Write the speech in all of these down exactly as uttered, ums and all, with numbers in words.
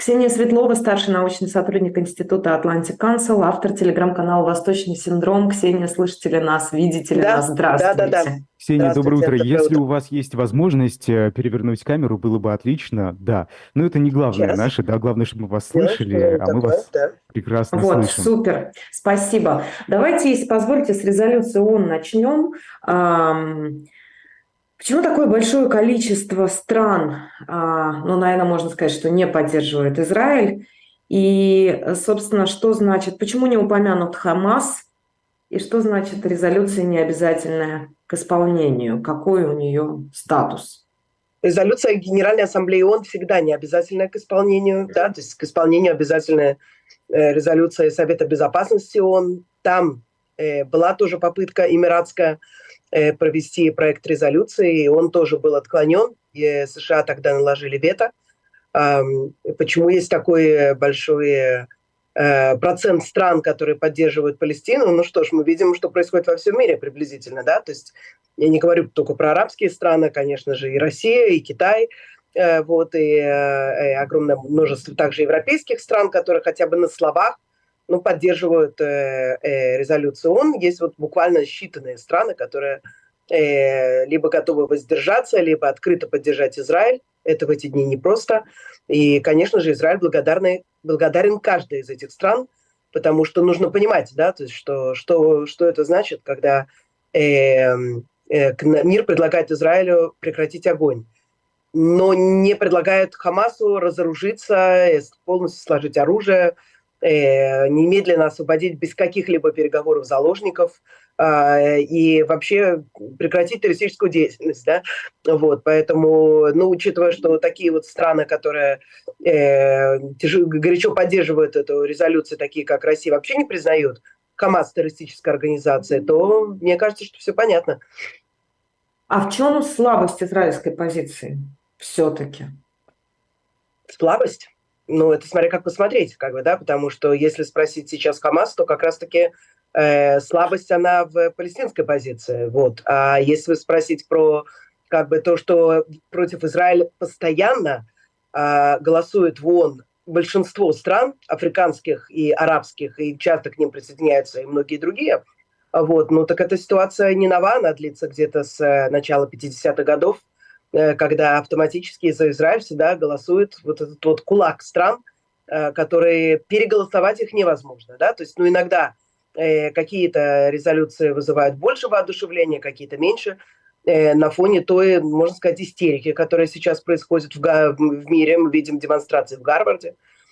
Ксения Светлова, старший научный сотрудник Института Atlantic Council, автор телеграм-канала «Восточный синдром». Ксения, слышите ли нас, видите ли нас? Да, да, да, да. Здравствуйте. Ксения, доброе Здравствуйте, утро. доброе Если утро. у вас есть возможность э, перевернуть камеру, было бы отлично, да. Но это не главное Сейчас. наше, да, главное, чтобы мы вас Сделаем слышали, что-нибудь а мы такое, вас да. прекрасно Вот, слышим. супер, спасибо. Давайте, если позволите, с резолюции ООН начнем. Ам, Почему такое большое количество стран, а, ну, наверное, можно сказать, что не поддерживает Израиль? И, собственно, что значит, почему не упомянут Хамас? И что значит резолюция необязательная к исполнению? Какой у нее статус? Резолюция Генеральной Ассамблеи ООН всегда не обязательная к исполнению, да, то есть к исполнению обязательная э, резолюция Совета Безопасности ООН. Там э, была тоже попытка эмиратская э, провести проект резолюции, и он тоже был отклонен, и США тогда наложили вето. Ам, Почему есть такой большой э, процент стран, которые поддерживают Палестину? Ну что ж, мы видим, что происходит во всем мире приблизительно, да, то есть я не говорю только про арабские страны, конечно же, и Россия, и Китай, э, вот, и, э, и огромное множество также европейских стран, которые хотя бы на словах, ну, поддерживают э, э, резолюцию ООН. Есть вот буквально считанные страны, которые э, либо готовы воздержаться, либо открыто поддержать Израиль. Это в эти дни непросто. И, конечно же, Израиль благодарный, благодарен каждой из этих стран, потому что нужно понимать, да, то есть что, что, что это значит, когда э, э, мир предлагает Израилю прекратить огонь, но не предлагает Хамасу разоружиться, полностью сложить оружие, э, немедленно освободить без каких-либо переговоров заложников э, и вообще прекратить террористическую деятельность. Да? Вот, поэтому, ну, учитывая, что такие вот страны, которые э, тяжело, горячо поддерживают эту резолюцию, такие как Россия, вообще не признают Хамас террористической организацией, то мне кажется, что все понятно. А в чем слабость израильской позиции все-таки? Слабость? Ну, это смотря как посмотреть, как бы, да, потому что если спросить сейчас Хамас, то как раз-таки э, слабость, она в палестинской позиции, вот. А если спросить про, как бы, то, что против Израиля постоянно э, голосует в ООН большинство стран, африканских и арабских, и часто к ним присоединяются и многие другие, вот, ну, так эта ситуация не нова, она длится где-то с э, начала пятидесятых годов, когда автоматически за Израиль всегда голосует вот этот вот кулак стран, которые переголосовать их невозможно. Да? То есть, ну, иногда э, какие-то резолюции вызывают больше воодушевления, какие-то меньше. Э, на фоне той, можно сказать, истерики, которая сейчас происходит в, в мире. Мы видим демонстрации в Гарварде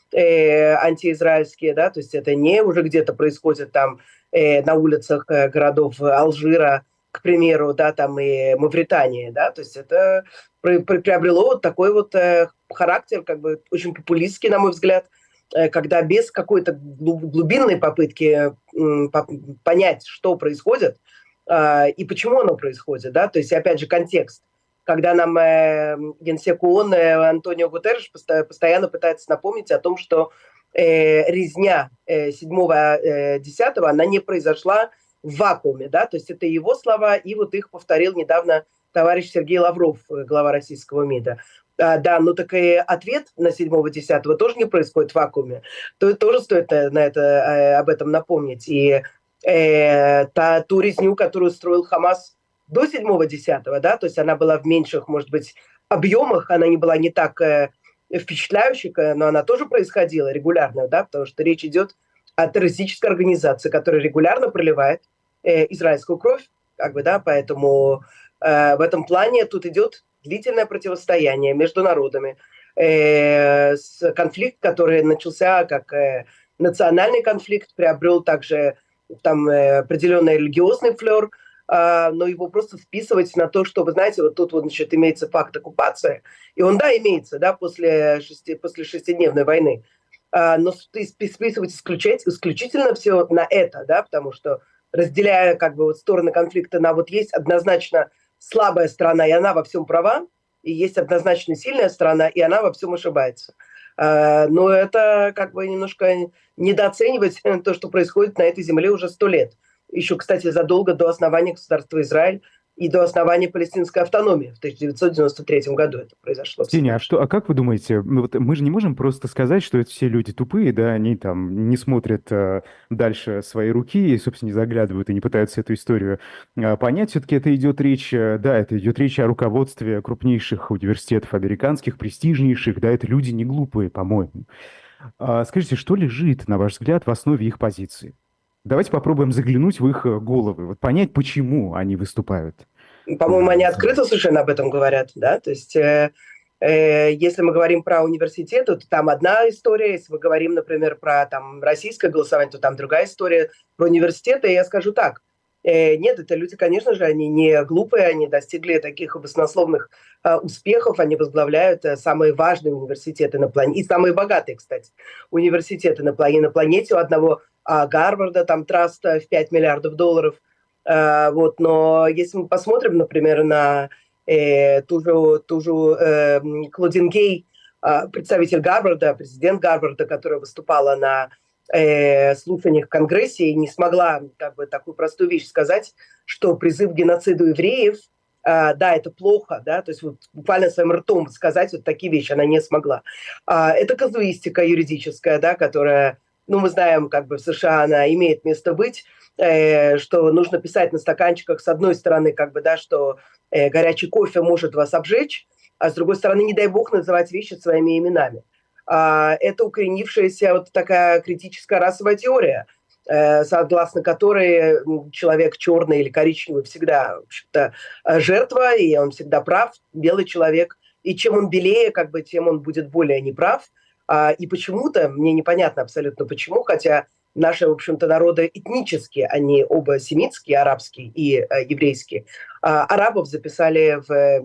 э, антиизраильские, да, то есть это не уже где-то происходит там э, на улицах э, городов Алжира, к примеру, да, там и Мавритании, да, то есть это приобрело вот такой вот э, характер, как бы очень популистский, на мой взгляд, э, когда без какой-то глубинной попытки э, понять, что происходит э, и почему оно происходит, да, то есть, опять же, контекст. Когда нам э, генсек ООН э, Антонио Гутерреш постоянно, постоянно пытается напомнить о том, что э, резня э, седьмого-десятого, она не произошла в вакууме, да, то есть это его слова, и вот их повторил недавно товарищ Сергей Лавров, глава российского МИДа. А, да, ну так и ответ на седьмого-десятого тоже не происходит в вакууме. То тоже стоит на, на это, э, об этом напомнить. И э, та, ту резню, которую строил Хамас до седьмого-десятого, да, то есть она была в меньших, может быть, объемах, она не была не так э, впечатляющей, но она тоже происходила регулярно, да, потому что речь идет о террористической организации, которая регулярно проливает э, израильскую кровь, как бы, да, поэтому э, в этом плане тут идет длительное противостояние между народами, э, с, конфликт, который начался как э, национальный конфликт, приобрел также там э, определенный религиозный флер, э, но его просто вписывать на то, что, вы знаете, вот тут вот, значит, имеется факт оккупации, и он, да, имеется, да, после, шести, после шестидневной войны, но списывать исключать, исключительно все на это, да, потому что разделяя как бы вот стороны конфликта на вот есть однозначно слабая сторона, и она во всем права, и есть однозначно сильная сторона, и она во всем ошибается. Но это как бы немножко недооценивать то, что происходит на этой земле уже сто лет. Еще, кстати, задолго до основания государства Израиль, и до основания палестинской автономии в тысяча девятьсот девяносто третьем году это произошло всего Ксения, а лишь. что, а как вы думаете, ну вот мы же не можем просто сказать, что это все люди тупые, да, они там не смотрят э, дальше своей руки и, собственно, не заглядывают и не пытаются эту историю э, понять. Все-таки это идет речь, э, да, это идет речь о руководстве крупнейших университетов американских, престижнейших, да, это люди не глупые, по-моему. А скажите, что лежит, на ваш взгляд, в основе их позиции? Давайте попробуем заглянуть в их э, головы, вот понять, почему они выступают. По-моему, э, они за- открыто совершенно об этом говорят, да, то есть э, э, если мы говорим про университеты, то там одна история, если мы говорим, например, про там российское голосование, то там другая история. Про университеты я скажу так, э, нет, это люди, конечно же, они не глупые, они достигли таких баснословных э, успехов, они возглавляют э, самые важные университеты на планете, и самые богатые, кстати, университеты на, плане, на планете, у одного а, Гарварда, там траст в пять миллиардов долларов. Uh, вот, но если мы посмотрим, например, на э, ту же, ту же э, Клодин Гей, э, представитель Гарварда, президент Гарварда, которая выступала на э, слушаниях в Конгрессе и не смогла как бы, такую простую вещь сказать, что призыв к геноциду евреев, э, да, это плохо, да, то есть вот, буквально своим ртом сказать вот такие вещи она не смогла. Uh, это казуистика юридическая, да, которая, ну, мы знаем, как бы в США она имеет место быть, что нужно писать на стаканчиках, с одной стороны, как бы, да, что э, горячий кофе может вас обжечь, а с другой стороны, не дай бог называть вещи своими именами. А, это укоренившаяся вот такая критическая расовая теория, э, согласно которой человек черный или коричневый всегда, в общем-то, жертва, и он всегда прав, белый человек. И чем он белее, как бы, тем он будет более неправ. А, и почему-то, мне непонятно абсолютно почему, хотя наши, в общем-то, народы этнические, они оба семитские, арабские и э, еврейские. А, арабов записали в э,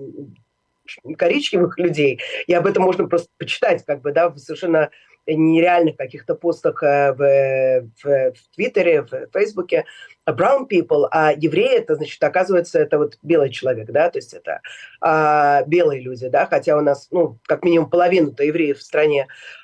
коричневых людей, и об этом можно просто почитать, как бы, да, в совершенно нереальных каких-то постах э, в, в, в Твиттере, в Фейсбуке. Brown people, а евреи, это, значит, оказывается, это вот белый человек, да, то есть это а, белые люди, да, хотя у нас, ну, как минимум половину-то евреев в стране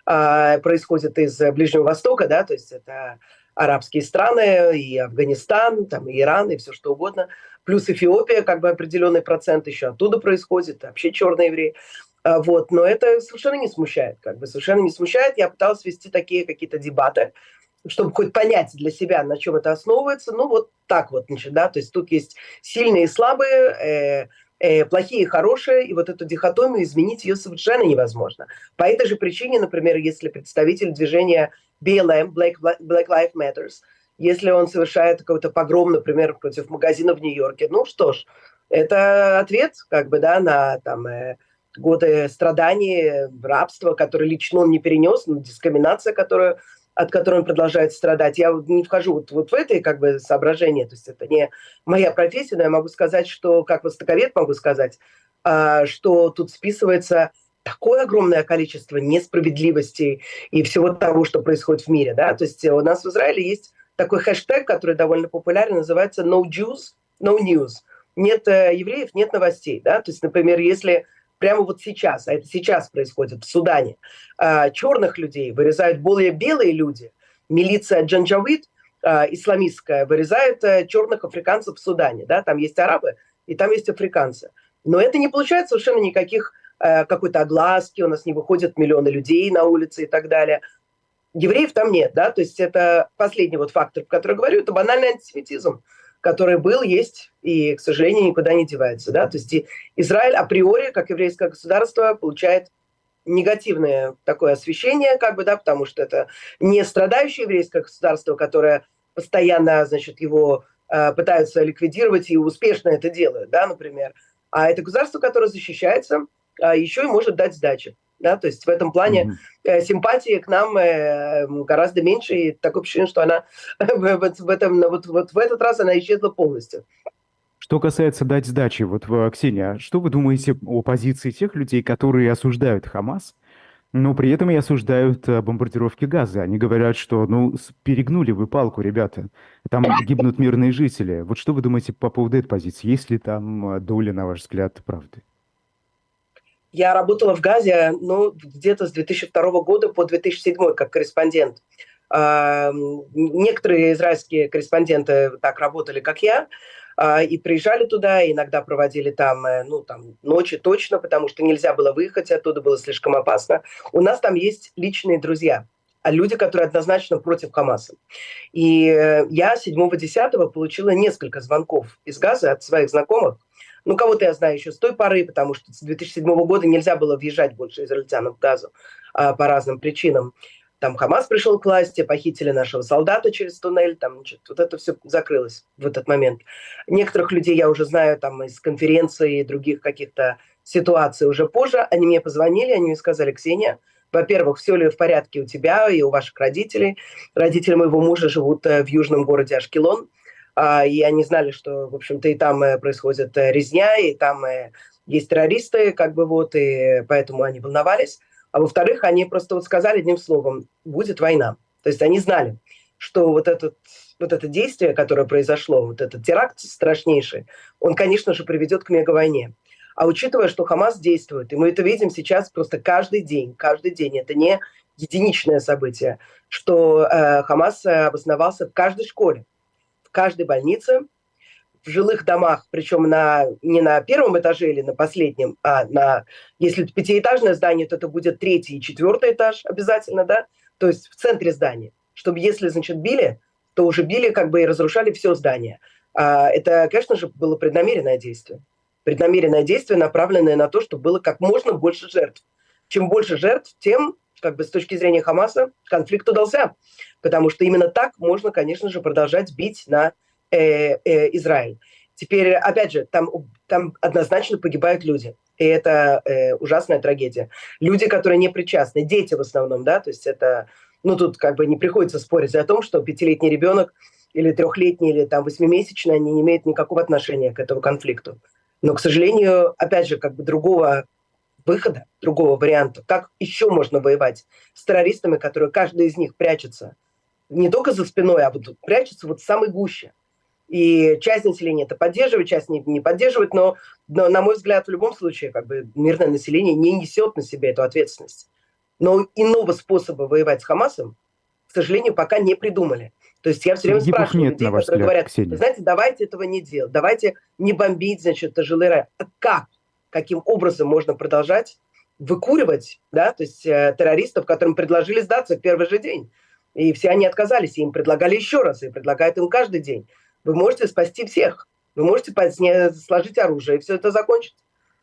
а, происходит из Ближнего Востока, да, то есть это арабские страны, и Афганистан, там, и Иран, и все что угодно, плюс Эфиопия, как бы определенный процент еще оттуда происходит, вообще черные евреи. А, вот, но это совершенно не смущает, как бы совершенно не смущает. Я пыталась вести такие какие-то дебаты, чтобы хоть понять для себя, на чем это основывается. Ну, вот так вот, значит, да, то есть тут есть сильные и слабые, э, э, плохие и хорошие, и вот эту дихотомию изменить ее совершенно невозможно. По этой же причине, например, если представитель движения би эл эм, Black, Black Lives Matter, если он совершает какой-то погром, например, против магазина в Нью-Йорке, ну что ж, это ответ, как бы, да, на там э, годы страданий, рабства, которые лично он не перенес, ну, дискриминация, которую от которой он продолжает страдать. Я не вхожу вот, вот в это как бы соображение, то есть это не моя профессия, но я могу сказать, что, как востоковед могу сказать, что тут списывается такое огромное количество несправедливостей и всего того, что происходит в мире. Да? То есть у нас в Израиле есть такой хэштег, который довольно популярен, называется «No Jews, no news». Нет евреев, нет новостей. Да? То есть, например, если прямо вот сейчас, а это сейчас происходит в Судане, черных людей вырезают более белые люди, милиция Джанджавид, исламистская, вырезает черных африканцев в Судане. Да? Там есть арабы и там есть африканцы. Но это не получает совершенно никаких какой-то огласки, у нас не выходят миллионы людей на улицы и так далее. Евреев там нет, да, то есть это последний вот фактор, про который я говорю, это банальный антисемитизм, который был, есть и, к сожалению, никуда не девается, да, то есть Израиль априори, как еврейское государство, получает негативное такое освещение, как бы, да, потому что это не страдающее еврейское государство, которое постоянно, значит, его э, пытаются ликвидировать и успешно это делают, да, например, а это государство, которое защищается, а еще и может дать сдачи. Да, то есть в этом плане э, симпатии к нам э, гораздо меньше, и такое впечатление, что она в, в, этом, вот, вот в этот раз она исчезла полностью. Что касается дать сдачи, вот, Ксения, что вы думаете о позиции тех людей, которые осуждают Хамас, но при этом и осуждают бомбардировки Газы? Они говорят, что, ну, перегнули вы палку, ребята, там гибнут мирные жители. Вот что вы думаете по поводу этой позиции? Есть ли там доля, на ваш взгляд, правды? Я работала в Газе, ну, где-то с две тысячи второго года по две тысячи седьмой как корреспондент. Некоторые израильские корреспонденты так работали, как я. а, и приезжали туда, и иногда проводили там, э, ну, там, ночи точно, потому что нельзя было выехать оттуда, было слишком опасно. У нас там есть личные друзья, а люди, которые однозначно против Хамаса. И э, я седьмого-десятого получила несколько звонков из Газы от своих знакомых. Ну, кого-то я знаю еще с той поры, потому что с две тысячи седьмого года нельзя было въезжать больше израильтянам в Газу а, по разным причинам. Там Хамас пришел к власти, похитили нашего солдата через туннель, там, значит, вот это все закрылось в этот момент. Некоторых людей я уже знаю там из конференций и других каких-то ситуаций уже позже. Они мне позвонили, они мне сказали: Ксения, во-первых, все ли в порядке у тебя и у ваших родителей? Родители моего мужа живут в южном городе Ашкелон, и они знали, что, в общем-то, и там происходит резня, и там есть террористы, как бы вот, и поэтому они волновались. А во-вторых, они просто вот сказали одним словом: будет война. То есть они знали, что вот, этот, вот это действие, которое произошло, вот этот теракт страшнейший, он, конечно же, приведет к мегавойне. А учитывая, что Хамас действует, и мы это видим сейчас просто каждый день, каждый день, это не единичное событие, что э, Хамас обосновался в каждой школе, в каждой больнице, в жилых домах, причем на, не на первом этаже или на последнем, а на, если это пятиэтажное здание, то это будет третий и четвертый этаж обязательно, да, то есть в центре здания, чтобы если, значит, били, то уже били как бы и разрушали все здание. А это, конечно же, было преднамеренное действие. Преднамеренное действие, направленное на то, чтобы было как можно больше жертв. Чем больше жертв, тем, как бы с точки зрения Хамаса, конфликт удался. Потому что именно так можно, конечно же, продолжать бить на э, э, Израиль. Теперь, опять же, там, там однозначно погибают люди. И это э, ужасная трагедия. Люди, которые не причастны, дети в основном, да, то есть это, ну, тут как бы не приходится спорить о том, что пятилетний ребенок или трехлетний, или там восьмимесячный, они не имеют никакого отношения к этому конфликту. Но, к сожалению, опять же, как бы другого выхода, другого варианта, как еще можно воевать с террористами, которые каждый из них прячется не только за спиной, а вот прячется вот в самой гуще. И часть населения это поддерживает, часть не, не поддерживает, но, но, на мой взгляд, в любом случае, как бы мирное население не несет на себя эту ответственность. Но иного способа воевать с Хамасом, к сожалению, пока не придумали. То есть я все время Других спрашиваю нет, людей, на ваш которые взгляд, говорят: Ксения? знаете, давайте этого не делать, давайте не бомбить, значит, жилые районы. А как? Каким образом можно продолжать выкуривать, да, то есть э, террористов, которым предложили сдаться в первый же день? И все они отказались, и им предлагали еще раз, и предлагают им каждый день. Вы можете спасти всех, вы можете сложить оружие, и все это закончить.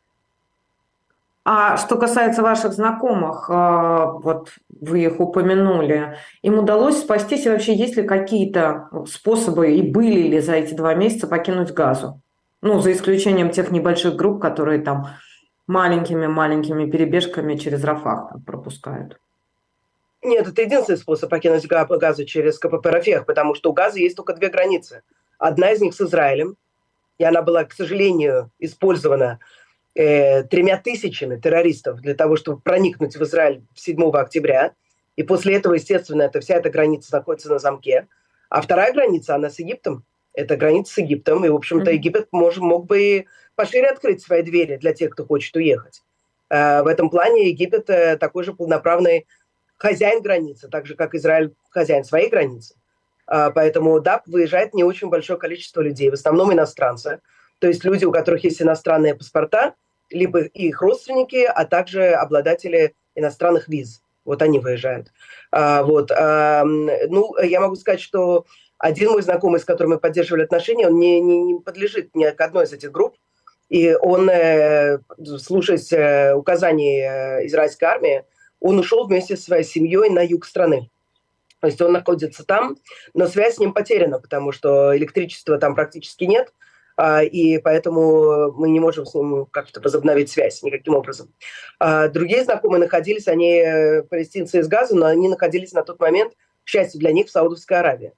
А что касается ваших знакомых, э, вот вы их упомянули, им удалось спастись, и вообще есть ли какие-то способы, и были ли за эти два месяца покинуть Газу? Ну, за исключением тех небольших групп, которые там маленькими-маленькими перебежками через Рафах там пропускают. Нет, это единственный способ покинуть Газу через КПП Рафех, потому что у Газы есть только две границы. Одна из них с Израилем, и она была, к сожалению, использована э, тремя тысячами террористов для того, чтобы проникнуть в Израиль седьмого октября. И после этого, естественно, эта, вся эта граница находится на замке. А вторая граница, она с Египтом. Это граница с Египтом. И, в общем-то, Египет мож, мог бы и пошире открыть свои двери для тех, кто хочет уехать. Э, в этом плане Египет э, такой же полноправный хозяин границы, так же, как Израиль хозяин своей границы. Э, поэтому, да, выезжает не очень большое количество людей, в основном иностранцы. То есть люди, у которых есть иностранные паспорта, либо их родственники, а также обладатели иностранных виз. Вот они выезжают. А, вот. А, ну, я могу сказать, что один мой знакомый, с которым мы поддерживали отношения, он не, не, не подлежит ни к одной из этих групп. И он, э, слушаясь э, указаний э, израильской армии, он ушел вместе со своей семьей на юг страны. То есть он находится там, но связь с ним потеряна, потому что электричества там практически нет. И поэтому мы не можем с ним как-то возобновить связь никаким образом. Другие знакомые находились, они палестинцы из Газа, но они находились на тот момент, к счастью для них, в Саудовской Аравии.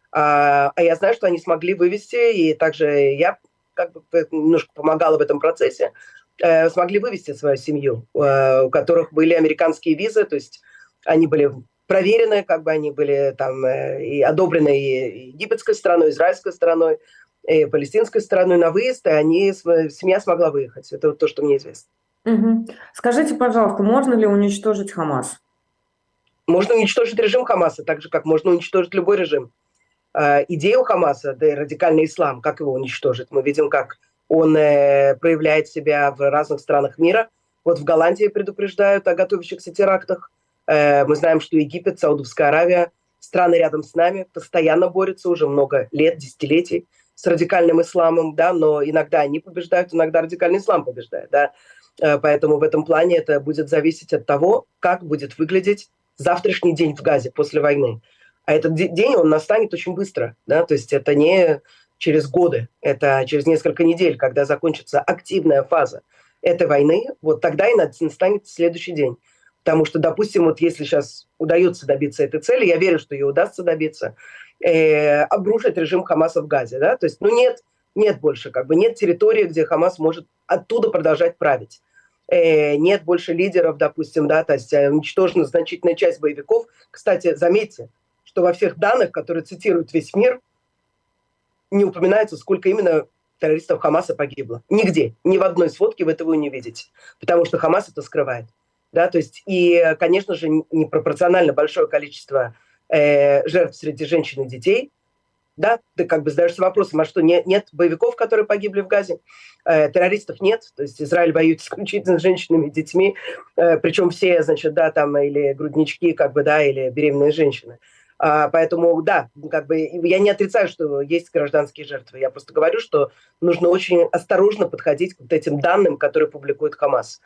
А я знаю, что они смогли вывести, и также я как бы немножко помогала в этом процессе, смогли вывести свою семью, у которых были американские визы, то есть они были проверены, как бы они были там и одобрены и египетской стороной, и израильской стороной, и палестинской стороной на выезд, и они, семья смогла выехать. Это вот то, что мне известно. Угу. Скажите, пожалуйста, можно ли уничтожить Хамас? Можно уничтожить режим Хамаса, так же, как можно уничтожить любой режим. Э, идея у Хамаса, да и радикальный ислам, как его уничтожить? Мы видим, как он э, проявляет себя в разных странах мира. Вот в Голландии предупреждают о готовящихся терактах. Э, мы знаем, что Египет, Саудовская Аравия, страны рядом с нами постоянно борются уже много лет, десятилетий с радикальным исламом, да, но иногда они побеждают, иногда радикальный ислам побеждает, да. Э, поэтому в этом плане это будет зависеть от того, как будет выглядеть завтрашний день в Газе после войны. А этот день, он настанет очень быстро, да, то есть это не через годы, это через несколько недель, когда закончится активная фаза этой войны, вот тогда и настанет следующий день. Потому что, допустим, вот если сейчас удается добиться этой цели, я верю, что ее удастся добиться, э, обрушить режим Хамаса в Газе, да, то есть, ну нет, нет больше, как бы нет территории, где Хамас может оттуда продолжать править. Э, нет больше лидеров, допустим, да, то есть уничтожена значительная часть боевиков. Кстати, заметьте, что во всех данных, которые цитирует весь мир, не упоминается, сколько именно террористов Хамаса погибло. Нигде, ни в одной сводке вы этого не видите, потому что Хамас это скрывает. Да, то есть, и, конечно же, непропорционально большое количество э, жертв среди женщин и детей. Да, ты как бы задаешься вопросом, а что, нет, нет боевиков, которые погибли в Газе? Э, террористов нет, то есть Израиль воюет исключительно с женщинами и детьми, э, причем все, значит, да, там, или груднички, как бы, да, или беременные женщины. А, поэтому, да, как бы я не отрицаю, что есть гражданские жертвы. Я просто говорю, что нужно очень осторожно подходить к вот этим данным, которые публикует Хамас.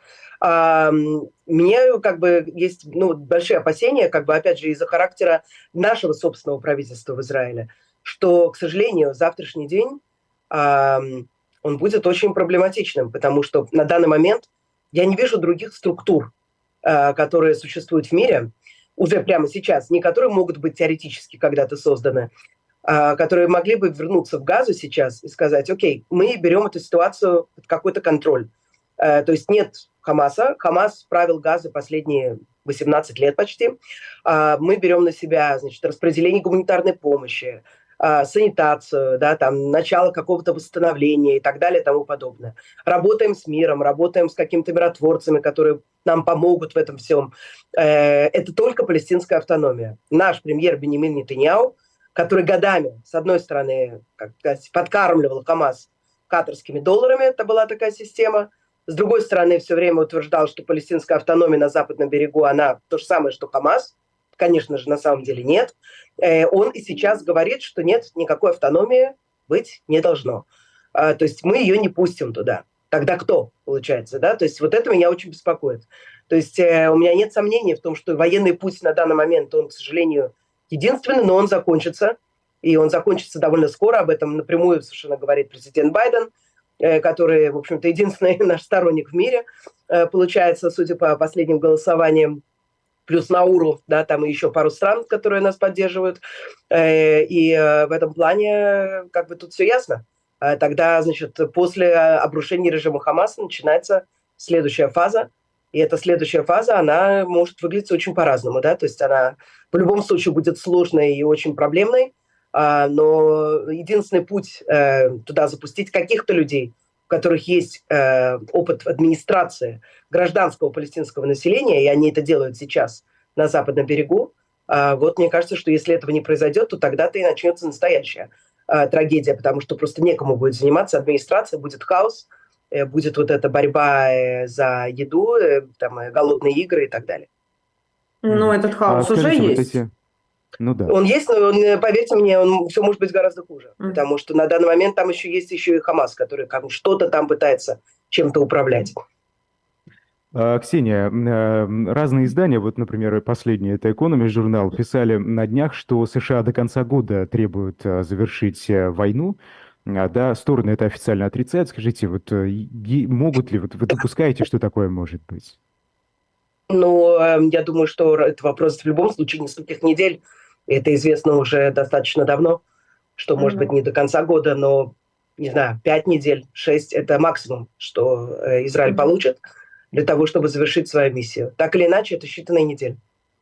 А, мне как бы есть ну, большие опасения, как бы опять же из-за характера нашего собственного правительства в Израиле, что, к сожалению, завтрашний день а, он будет очень проблематичным, потому что на данный момент я не вижу других структур, а, которые существуют в мире, уже прямо сейчас, не которые могут быть теоретически когда-то созданы, а, которые могли бы вернуться в Газу сейчас и сказать, окей, мы берем эту ситуацию под какой-то контроль. А, то есть нет Хамаса, Хамас правил Газы последние восемнадцать лет почти. А, мы берем на себя, значит, распределение гуманитарной помощи, а, санитацию, да, там, начало какого-то восстановления и так далее и тому подобное. Работаем с миром, работаем с какими-то миротворцами, которые нам помогут в этом всем. Э, это только палестинская автономия. Наш премьер Беньямин Нетаньяху, который годами, с одной стороны, как сказать, подкармливал Хамас катарскими долларами, это была такая система, с другой стороны, все время утверждал, что палестинская автономия на западном берегу, она то же самое, что Хамас. Конечно же, на самом деле нет. Он и сейчас говорит, что нет, никакой автономии быть не должно. То есть мы ее не пустим туда. Тогда кто, получается, да? То есть вот это меня очень беспокоит. То есть у меня нет сомнений в том, что военный путь на данный момент, он, к сожалению, единственный, но он закончится. И он закончится довольно скоро. Об этом напрямую совершенно говорит президент Байден, который, в общем-то, единственный наш сторонник в мире, получается, судя по последним голосованиям. Плюс Науру, да, там и еще пару стран, которые нас поддерживают. И в этом плане как бы тут все ясно. Тогда, значит, после обрушения режима Хамаса начинается следующая фаза. И эта следующая фаза, она может выглядеть очень по-разному, да, то есть она в любом случае будет сложной и очень проблемной, но единственный путь туда запустить каких-то людей, у которых есть э, опыт администрации гражданского палестинского населения, и они это делают сейчас на западном берегу, э, вот мне кажется, что если этого не произойдет, то тогда-то и начнется настоящая э, трагедия, потому что просто некому будет заниматься администрацией, будет хаос, э, будет вот эта борьба э, за еду, э, там, э, голодные игры и так далее. Ну, Мгм. этот А хаос уже скажите, вот есть. эти... Ну да. Он есть, но он, поверьте мне, он все может быть гораздо хуже. Мгм. Потому что на данный момент там еще есть еще и Хамас, который как бы что-то там пытается чем-то управлять. А, Ксения, м, э, разные издания, вот, например, последний, это Economist журнал, писали на днях, что США до конца года требуют э, завершить э, войну. А, да, стороны это официально отрицают. Скажите, вот э, е- могут ли, вот вы допускаете, что такое может быть? Но э, я думаю, что это вопрос в любом случае нескольких недель. Это известно уже достаточно давно, что, может быть, Ну, не до конца года, но, не знаю, пять недель, шесть – это максимум, что э, Израиль мгм. получит для того, чтобы завершить свою миссию. Так или иначе, это считанные недели.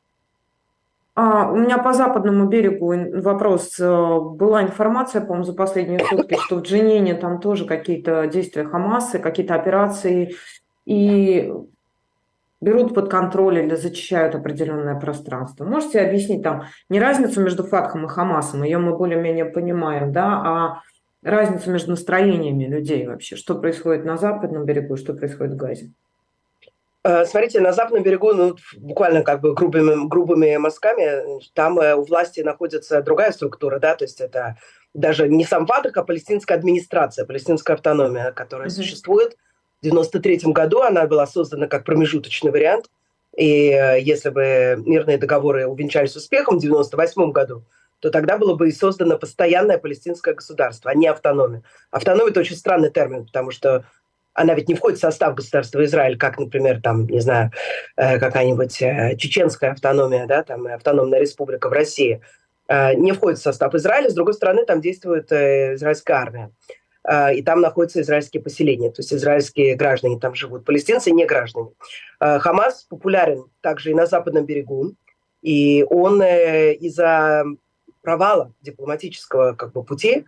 А, у меня по западному берегу ин- вопрос. Э, Была информация, по-моему, за последние сутки, что в Дженине там тоже какие-то действия Хамаса, какие-то операции. И берут под контроль или зачищают определенное пространство. Можете объяснить там не разницу между Фатхом и Хамасом, ее мы более-менее понимаем, да, а разницу между настроениями людей вообще, что происходит на западном берегу, что происходит в Газе? Смотрите, на западном берегу, ну, буквально как бы грубыми, грубыми мазками, там у власти находится другая структура, да, то есть это даже не сам Фатах, а палестинская администрация, палестинская автономия, которая uh-huh. существует. В девяносто третьем году она была создана как промежуточный вариант, и если бы мирные договоры увенчались успехом в девяносто восьмом году, то тогда было бы и создано постоянное палестинское государство, а не автономия. Автономия – это очень странный термин, потому что она ведь не входит в состав государства Израиль, как, например, там, не знаю, какая-нибудь чеченская автономия, да, там, автономная республика в России, не входит в состав Израиля. С другой стороны, там действует израильская армия, и там находятся израильские поселения, то есть израильские граждане там живут, палестинцы не граждане. Хамас популярен также и на западном берегу, и он из-за провала дипломатического как бы пути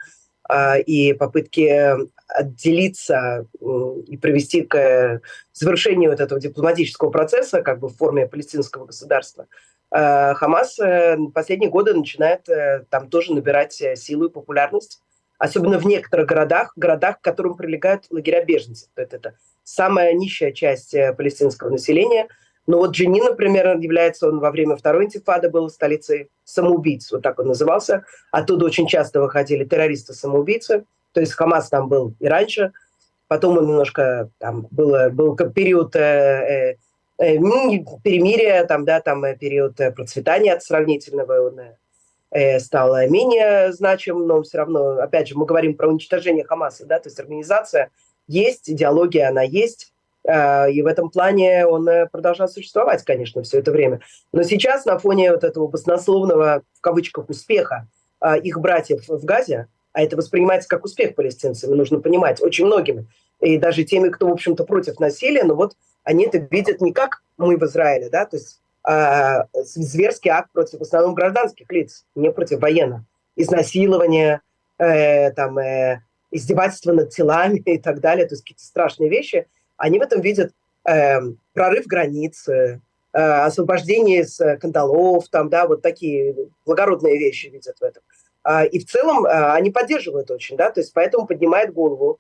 и попытки отделиться и привести к завершению вот этого дипломатического процесса как бы в форме палестинского государства, Хамас в последние годы начинает там тоже набирать силу и популярность, особенно в некоторых городах, городах, к которым прилегают лагеря беженцев. Это, это самая нищая часть палестинского населения. Но вот Дженин, например, является, он во время второй интифады был столицей самоубийц, вот так он назывался. Оттуда очень часто выходили террористы-самоубийцы. То есть Хамас там был и раньше. Потом он немножко, там было, был период э, э, перемирия, там, да, там период процветания сравнительного, он э, стал менее значим, но все равно, опять же, мы говорим про уничтожение Хамаса, да, то есть организация есть, идеология она есть. И в этом плане он продолжал существовать, конечно, все это время. Но сейчас на фоне вот этого баснословного, в кавычках, успеха их братьев в Газе, а это воспринимается как успех палестинцами, нужно понимать, очень многими, и даже теми, кто, в общем-то, против насилия, но вот они это видят не как мы в Израиле, да, то есть а, зверский акт против в основном гражданских лиц, не против военных. Изнасилование, э, там, э, издевательство над телами и так далее, то есть какие-то страшные вещи. Они в этом видят э, прорыв границ, э, освобождение из кандалов, там, да, вот такие благородные вещи видят в этом. А, и в целом а, они поддерживают очень, да, то есть поэтому поднимает голову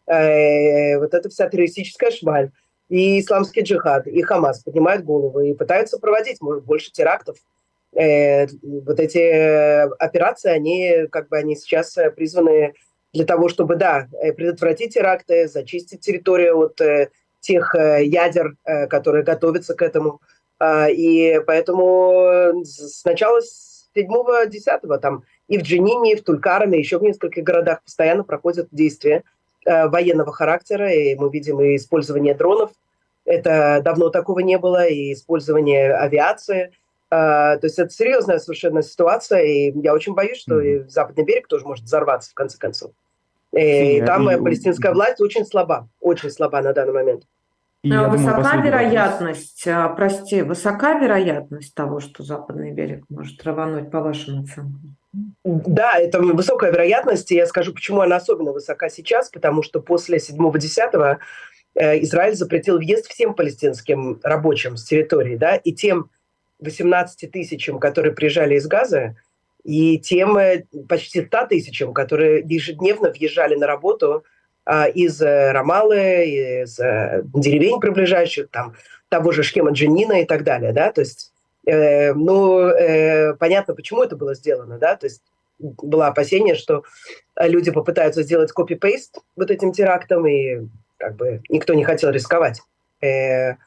э, вот эта вся террористическая шваль, и исламский джихад, и Хамас поднимают голову и пытаются проводить, может, больше терактов. Э, вот эти операции, они как бы они сейчас призваны для того, чтобы, да, предотвратить теракты, зачистить территорию от э, тех э, ядер, э, которые готовятся к этому. Э, и поэтому с начала седьмого-десятого там и в Дженине, и в Туль-Карме, еще в нескольких городах постоянно проходят действия э, военного характера, и мы видим и использование дронов. Это давно такого не было, и использование авиации. Uh, то есть это серьезная совершенно ситуация, и я очень боюсь, что mm-hmm. и Западный берег тоже может взорваться в конце концов. И, и там и... палестинская власть очень слаба, очень слаба на данный момент. И, а высока думаю, вероятность, вопрос... прости, высока вероятность того, что Западный берег может рвануть, по вашим оценкам? Да, это высокая вероятность, и я скажу, почему она особенно высока сейчас, потому что после седьмого-десятого э, Израиль запретил въезд всем палестинским рабочим с территории, да, и тем восемнадцати тысячам, которые приезжали из Газа, и тем почти ста тысячам, которые ежедневно въезжали на работу а, из Рамаллы, из а, деревень приближающих, там, того же Шхема Дженина и так далее. Да? То есть, э, ну, э, понятно, почему это было сделано. Да? То есть было опасение, что люди попытаются сделать копи-пейст вот этим терактом, и как бы никто не хотел рисковать. Э,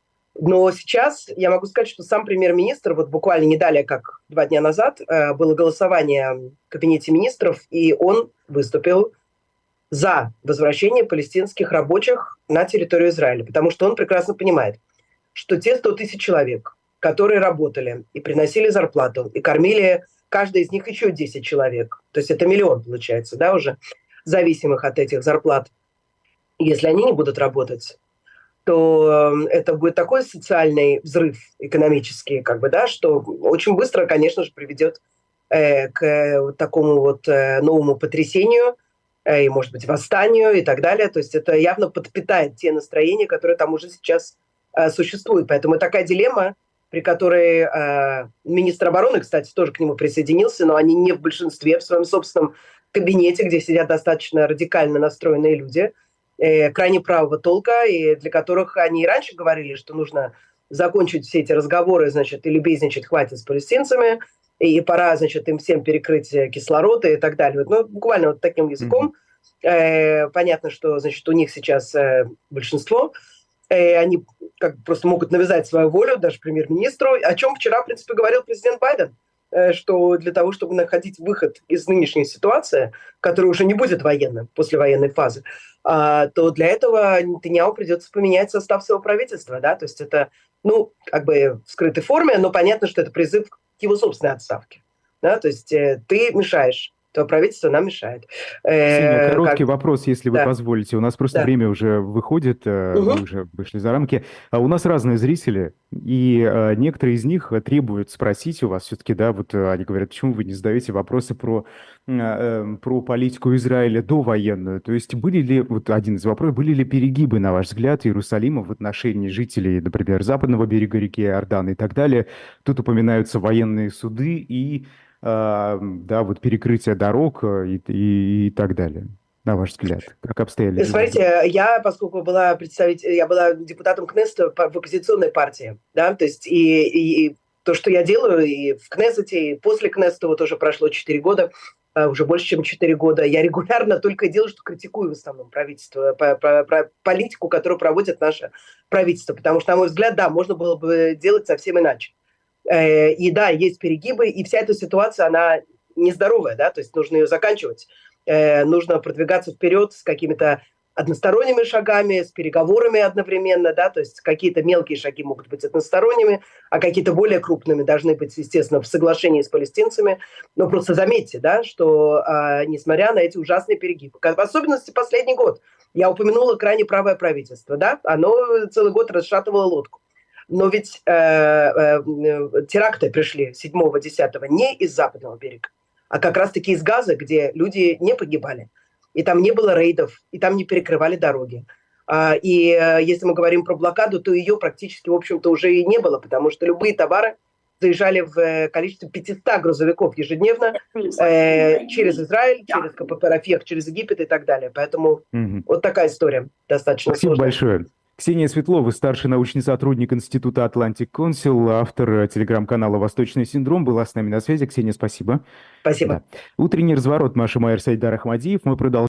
Но сейчас я могу сказать, что сам премьер-министр, вот буквально не далее, как два дня назад, было голосование в кабинете министров, и он выступил за возвращение палестинских рабочих на территорию Израиля, потому что он прекрасно понимает, что те сто тысяч человек, которые работали и приносили зарплату, и кормили каждый из них еще десять человек, то есть это миллион получается, да, уже зависимых от этих зарплат, если они не будут работать, то это будет такой социальный взрыв экономический, как бы, да, что очень быстро, конечно же, приведет э, к такому вот э, новому потрясению, э, и, может быть, восстанию и так далее. То есть это явно подпитает те настроения, которые там уже сейчас э, существует. Поэтому такая дилемма, при которой э, министр обороны, кстати, тоже к нему присоединился, но они не в большинстве, в своем собственном кабинете, где сидят достаточно радикально настроенные люди, э, крайне правого толка, и для которых они и раньше говорили, что нужно закончить все эти разговоры, значит, и любезничать хватит с палестинцами, и пора, значит, им всем перекрыть кислород и так далее. Ну, буквально вот таким языком. Mm-hmm. Э, понятно, что, значит, у них сейчас э, большинство, э, они как просто могут навязать свою волю даже премьер-министру, о чем вчера, в принципе, говорил президент Байден, э, что для того, чтобы находить выход из нынешней ситуации, которая уже не будет военной, послевоенной фазы, э, то для этого Нетаньяху придется поменять состав своего правительства, да, то есть это, ну, как бы в скрытой форме, но понятно, что это призыв к его собственной отставке. Да? То есть э, ты мешаешь, твое правительство нам мешает. Ксения, э, короткий как... вопрос, если вы да. позволите. У нас просто да. время уже выходит, э, угу. мы уже вышли за рамки. А у нас разные зрители, и э, некоторые из них требуют спросить у вас все-таки, да, вот э, они говорят, почему вы не задаете вопросы про, э, про политику Израиля довоенную? То есть были ли, вот один из вопросов, были ли перегибы, на ваш взгляд, Иерусалима в отношении жителей, например, западного берега реки Иордан и так далее? Тут упоминаются военные суды и да, вот перекрытие дорог и, и, и так далее. На ваш взгляд, как обстояли? Смотрите, я, поскольку была представитель, я была депутатом Кнессета в оппозиционной партии, да, то есть и, и, и то, что я делаю и в Кнессете, и после Кнессета, вот уже прошло четыре года, уже больше, чем четыре года, я регулярно только и делаю, что критикую в основном правительство, по, по, по политику, которую проводит наше правительство, потому что, на мой взгляд, да, можно было бы делать совсем иначе. И да, есть перегибы, и вся эта ситуация, она нездоровая, да, то есть нужно ее заканчивать. Нужно продвигаться вперед с какими-то односторонними шагами, с переговорами одновременно, да, то есть какие-то мелкие шаги могут быть односторонними, а какие-то более крупными должны быть, естественно, в соглашении с палестинцами. Но просто заметьте, да, что а, несмотря на эти ужасные перегибы, в особенности последний год, я упомянула крайне правое правительство, да, оно целый год расшатывало лодку. Но ведь э, э, теракты пришли седьмого-десятого не из западного берега, а как раз-таки из Газы, где люди не погибали. И там не было рейдов, и там не перекрывали дороги. А, и э, если мы говорим про блокаду, то ее практически, в общем-то, уже и не было, потому что любые товары заезжали в количестве пятьсот грузовиков ежедневно э, через Израиль, через КПП Рафех, через Египет и так далее. Поэтому угу. вот такая история достаточно Спасибо сложная. большое. Ксения Светлова, старший научный сотрудник Института Atlantic Council, автор телеграм-канала «Восточный синдром», была с нами на связи. Ксения, спасибо. Спасибо. Да. Утренний разворот. Маша Майер, Сайдар Ахмадиев. Мы продолжаем.